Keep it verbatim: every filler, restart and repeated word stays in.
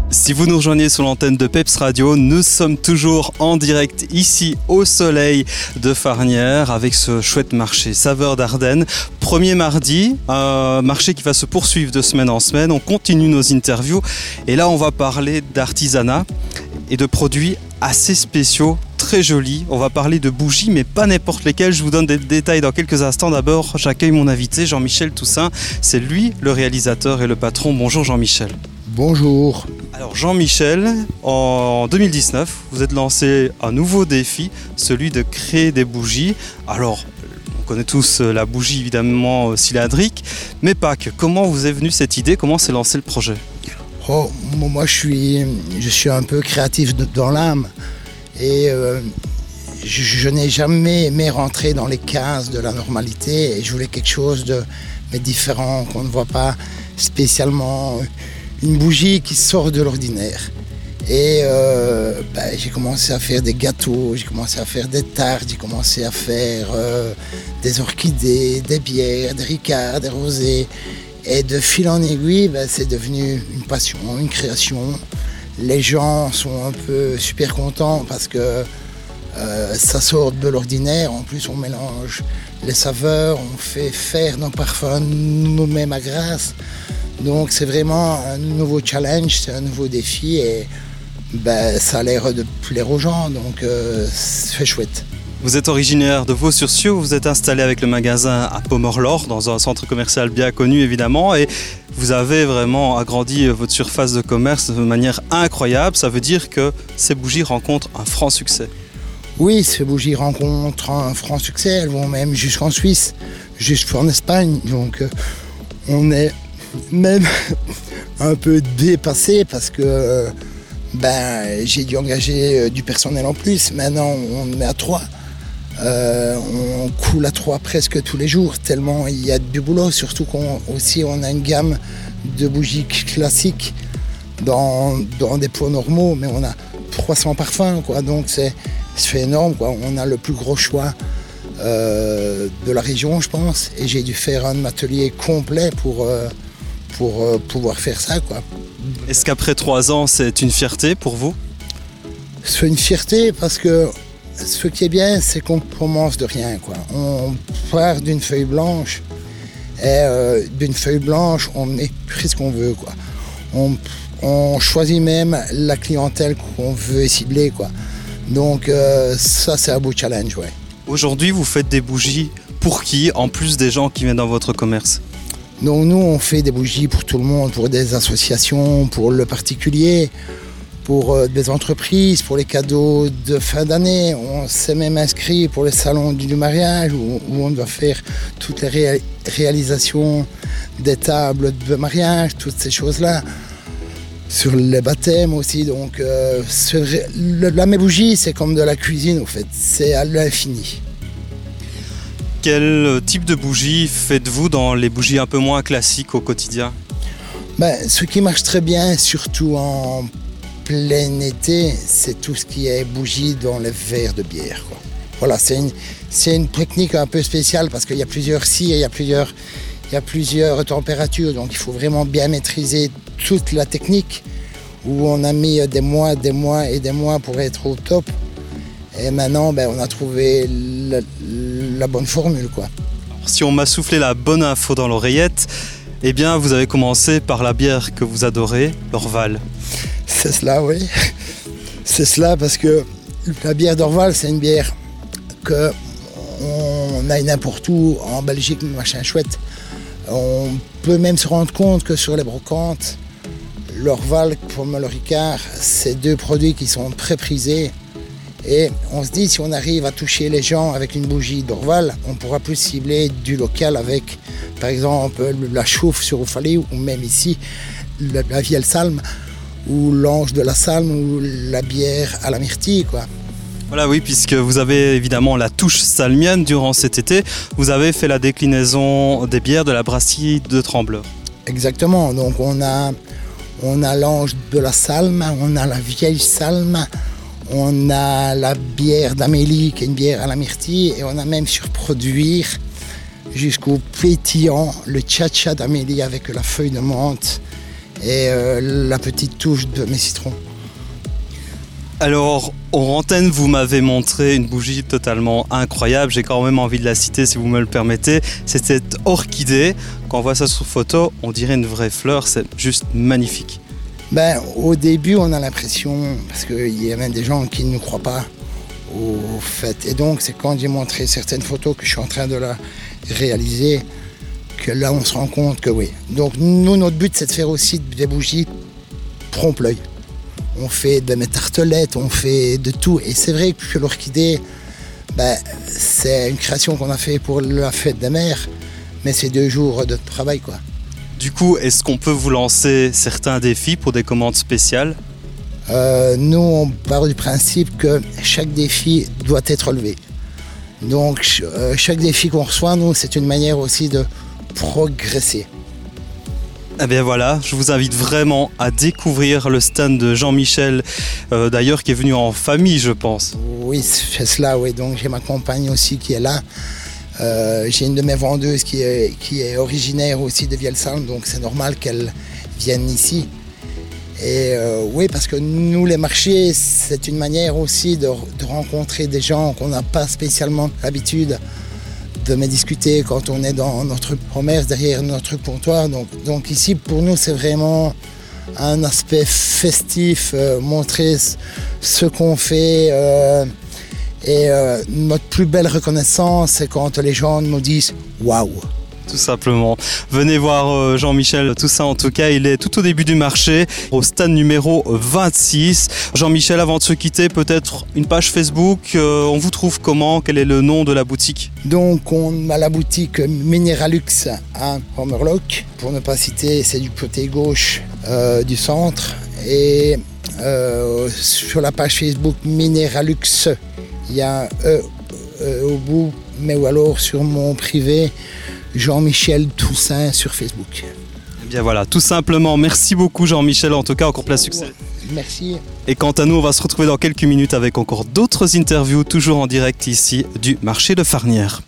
Si vous nous rejoignez sur l'antenne de Peps Radio, nous sommes toujours en direct ici au soleil de Farnières avec ce chouette marché Saveurs d'Ardennes. Premier mardi, un marché qui va se poursuivre de semaine en semaine. On continue nos interviews et là on va parler d'artisanat et de produits assez spéciaux, très jolis. On va parler de bougies mais pas n'importe lesquelles. Je vous donne des détails dans quelques instants. D'abord, j'accueille mon invité Jean-Michel Toussaint. C'est lui le réalisateur et le patron. Bonjour Jean-Michel. Bonjour. Alors Jean-Michel, en deux mille dix-neuf, vous êtes lancé un nouveau défi, celui de créer des bougies. Alors, on connaît tous la bougie évidemment cylindrique, mais pas que. Comment vous est venue cette idée? Comment s'est lancé le projet? Oh, moi je suis, je suis un peu créatif dans l'âme et euh, je, je n'ai jamais aimé rentrer dans les cases de la normalité et je voulais quelque chose de mais différent, qu'on ne voit pas spécialement. Une bougie qui sort de l'ordinaire. Et euh, ben, j'ai commencé à faire des gâteaux, j'ai commencé à faire des tartes, j'ai commencé à faire euh, des orchidées, des bières, des ricards, des rosés. Et de fil en aiguille, ben, c'est devenu une passion, une création. Les gens sont un peu super contents parce que euh, ça sort de l'ordinaire. En plus, on mélange les saveurs, on fait faire nos parfums nous-mêmes à Grasse. Donc c'est vraiment un nouveau challenge, c'est un nouveau défi et ben, ça a l'air de plaire aux gens, donc euh, c'est chouette. Vous êtes originaire de Vaux-sur-Sion, vous êtes installé avec le magasin à Pommerlor, dans un centre commercial bien connu évidemment, et vous avez vraiment agrandi votre surface de commerce de manière incroyable. Ça veut dire que ces bougies rencontrent un franc succès. Oui, ces bougies rencontrent un franc succès, elles vont même jusqu'en Suisse, jusqu'en Espagne, donc euh, on est même un peu dépassé parce que ben, j'ai dû engager du personnel en plus. Maintenant, on est à trois. Euh, on coule à trois presque tous les jours, tellement il y a du boulot. Surtout qu'on aussi on a une gamme de bougies classiques dans, dans des pots normaux, mais on a trois cents parfums, quoi. Donc c'est, c'est énorme, quoi. On a le plus gros choix euh, de la région, je pense. Et j'ai dû faire un atelier complet pour... Euh, pour euh, pouvoir faire ça, quoi. Est-ce qu'après trois ans, c'est une fierté pour vous? C'est une fierté parce que ce qui est bien, c'est qu'on commence de rien, quoi. On part d'une feuille blanche et euh, d'une feuille blanche, on écrit ce qu'on veut, quoi. On, on choisit même la clientèle qu'on veut cibler, quoi. Donc euh, ça, c'est un beau challenge, ouais. Aujourd'hui, vous faites des bougies pour qui, en plus des gens qui viennent dans votre commerce? Donc nous, on fait des bougies pour tout le monde, pour des associations, pour le particulier, pour euh, des entreprises, pour les cadeaux de fin d'année. On s'est même inscrit pour les salons du mariage où, où on doit faire toutes les ré- réalisations des tables de mariage, toutes ces choses-là. Sur les baptêmes aussi. Donc euh, vrai, le, la mes bougies, c'est comme de la cuisine, au fait. C'est à l'infini. Quel type de bougies faites-vous dans les bougies un peu moins classiques au quotidien? Ben, ce qui marche très bien, surtout en plein été, c'est tout ce qui est bougies dans les verres de bière, quoi. Voilà, c'est une, c'est une technique un peu spéciale parce qu'il y a plusieurs cires, il y a plusieurs, il y a plusieurs températures, donc il faut vraiment bien maîtriser toute la technique où on a mis des mois, des mois et des mois pour être au top. Et maintenant, ben, on a trouvé la, la bonne formule, quoi. Alors, si on m'a soufflé la bonne info dans l'oreillette, eh bien, vous avez commencé par la bière que vous adorez, l'Orval. C'est cela, oui. C'est cela parce que la bière d'Orval, c'est une bière qu'on a n'importe où, en Belgique, machin chouette. On peut même se rendre compte que sur les brocantes, l'Orval comme le Ricard, c'est deux produits qui sont très prisés. Et on se dit, si on arrive à toucher les gens avec une bougie d'Orval, on pourra plus cibler du local avec, par exemple, la chauffe sur Oufalé ou même ici, la, la Vielle Salme, ou l'Ange de la Salme, ou la bière à la myrtille, quoi. Voilà, oui, puisque vous avez évidemment la touche salmienne durant cet été, vous avez fait la déclinaison des bières de la brasserie de Trembleur. Exactement, donc on a, on a l'Ange de la Salme, on a la Vieille Salme, on a la bière d'Amélie, qui est une bière à la myrtille, et on a même surproduire jusqu'au pétillant le Tcha-Tcha d'Amélie avec la feuille de menthe et euh, la petite touche de mes citrons. Alors, hors antenne, vous m'avez montré une bougie totalement incroyable. J'ai quand même envie de la citer si vous me le permettez. C'est cette orchidée. Quand on voit ça sur photo, on dirait une vraie fleur. C'est juste magnifique. Ben, au début, on a l'impression, parce qu'il y a même des gens qui ne nous croient pas au fait. Et donc, c'est quand j'ai montré certaines photos que je suis en train de la réaliser, que là, on se rend compte que oui. Donc, nous, notre but, c'est de faire aussi des bougies trompe-l'œil. On fait de mes tartelettes, on fait de tout. Et c'est vrai que l'orchidée, ben, c'est une création qu'on a fait pour la fête des mères, mais c'est deux jours de travail, quoi. Du coup, est-ce qu'on peut vous lancer certains défis pour des commandes spéciales ? euh, Nous, on part du principe que chaque défi doit être relevé. Donc, euh, chaque défi qu'on reçoit, nous, c'est une manière aussi de progresser. Eh bien voilà, je vous invite vraiment à découvrir le stand de Jean-Michel, euh, d'ailleurs qui est venu en famille, je pense. Oui, c'est cela, oui. Donc j'ai ma compagne aussi qui est là. Euh, j'ai une de mes vendeuses qui est, qui est originaire aussi de Vielsalm, donc c'est normal qu'elle vienne ici. Et euh, oui, parce que nous, les marchés, c'est une manière aussi de, de rencontrer des gens qu'on n'a pas spécialement l'habitude de me discuter quand on est dans notre commerce, derrière notre comptoir. Donc, donc ici, pour nous, c'est vraiment un aspect festif, euh, montrer ce qu'on fait. Euh, et euh, notre plus belle reconnaissance, c'est quand les gens nous disent « Waouh !» Tout simplement. Venez voir euh, Jean-Michel, tout ça en tout cas, il est tout au début du marché, au stand numéro vingt-six. Jean-Michel, avant de se quitter, peut-être une page Facebook, euh, on vous trouve comment ? Quel est le nom de la boutique ? Donc on a la boutique Mineralux à Homerlock, pour ne pas citer, c'est du côté gauche euh, du centre. Et euh, sur la page Facebook Mineralux, il y a un E euh, au bout, mais ou alors sur mon privé, Jean-Michel Toussaint sur Facebook. Eh bien voilà, tout simplement. Merci beaucoup Jean-Michel, en tout cas encore plein succès. Merci. Et quant à nous, on va se retrouver dans quelques minutes avec encore d'autres interviews, toujours en direct ici du marché de Farnières.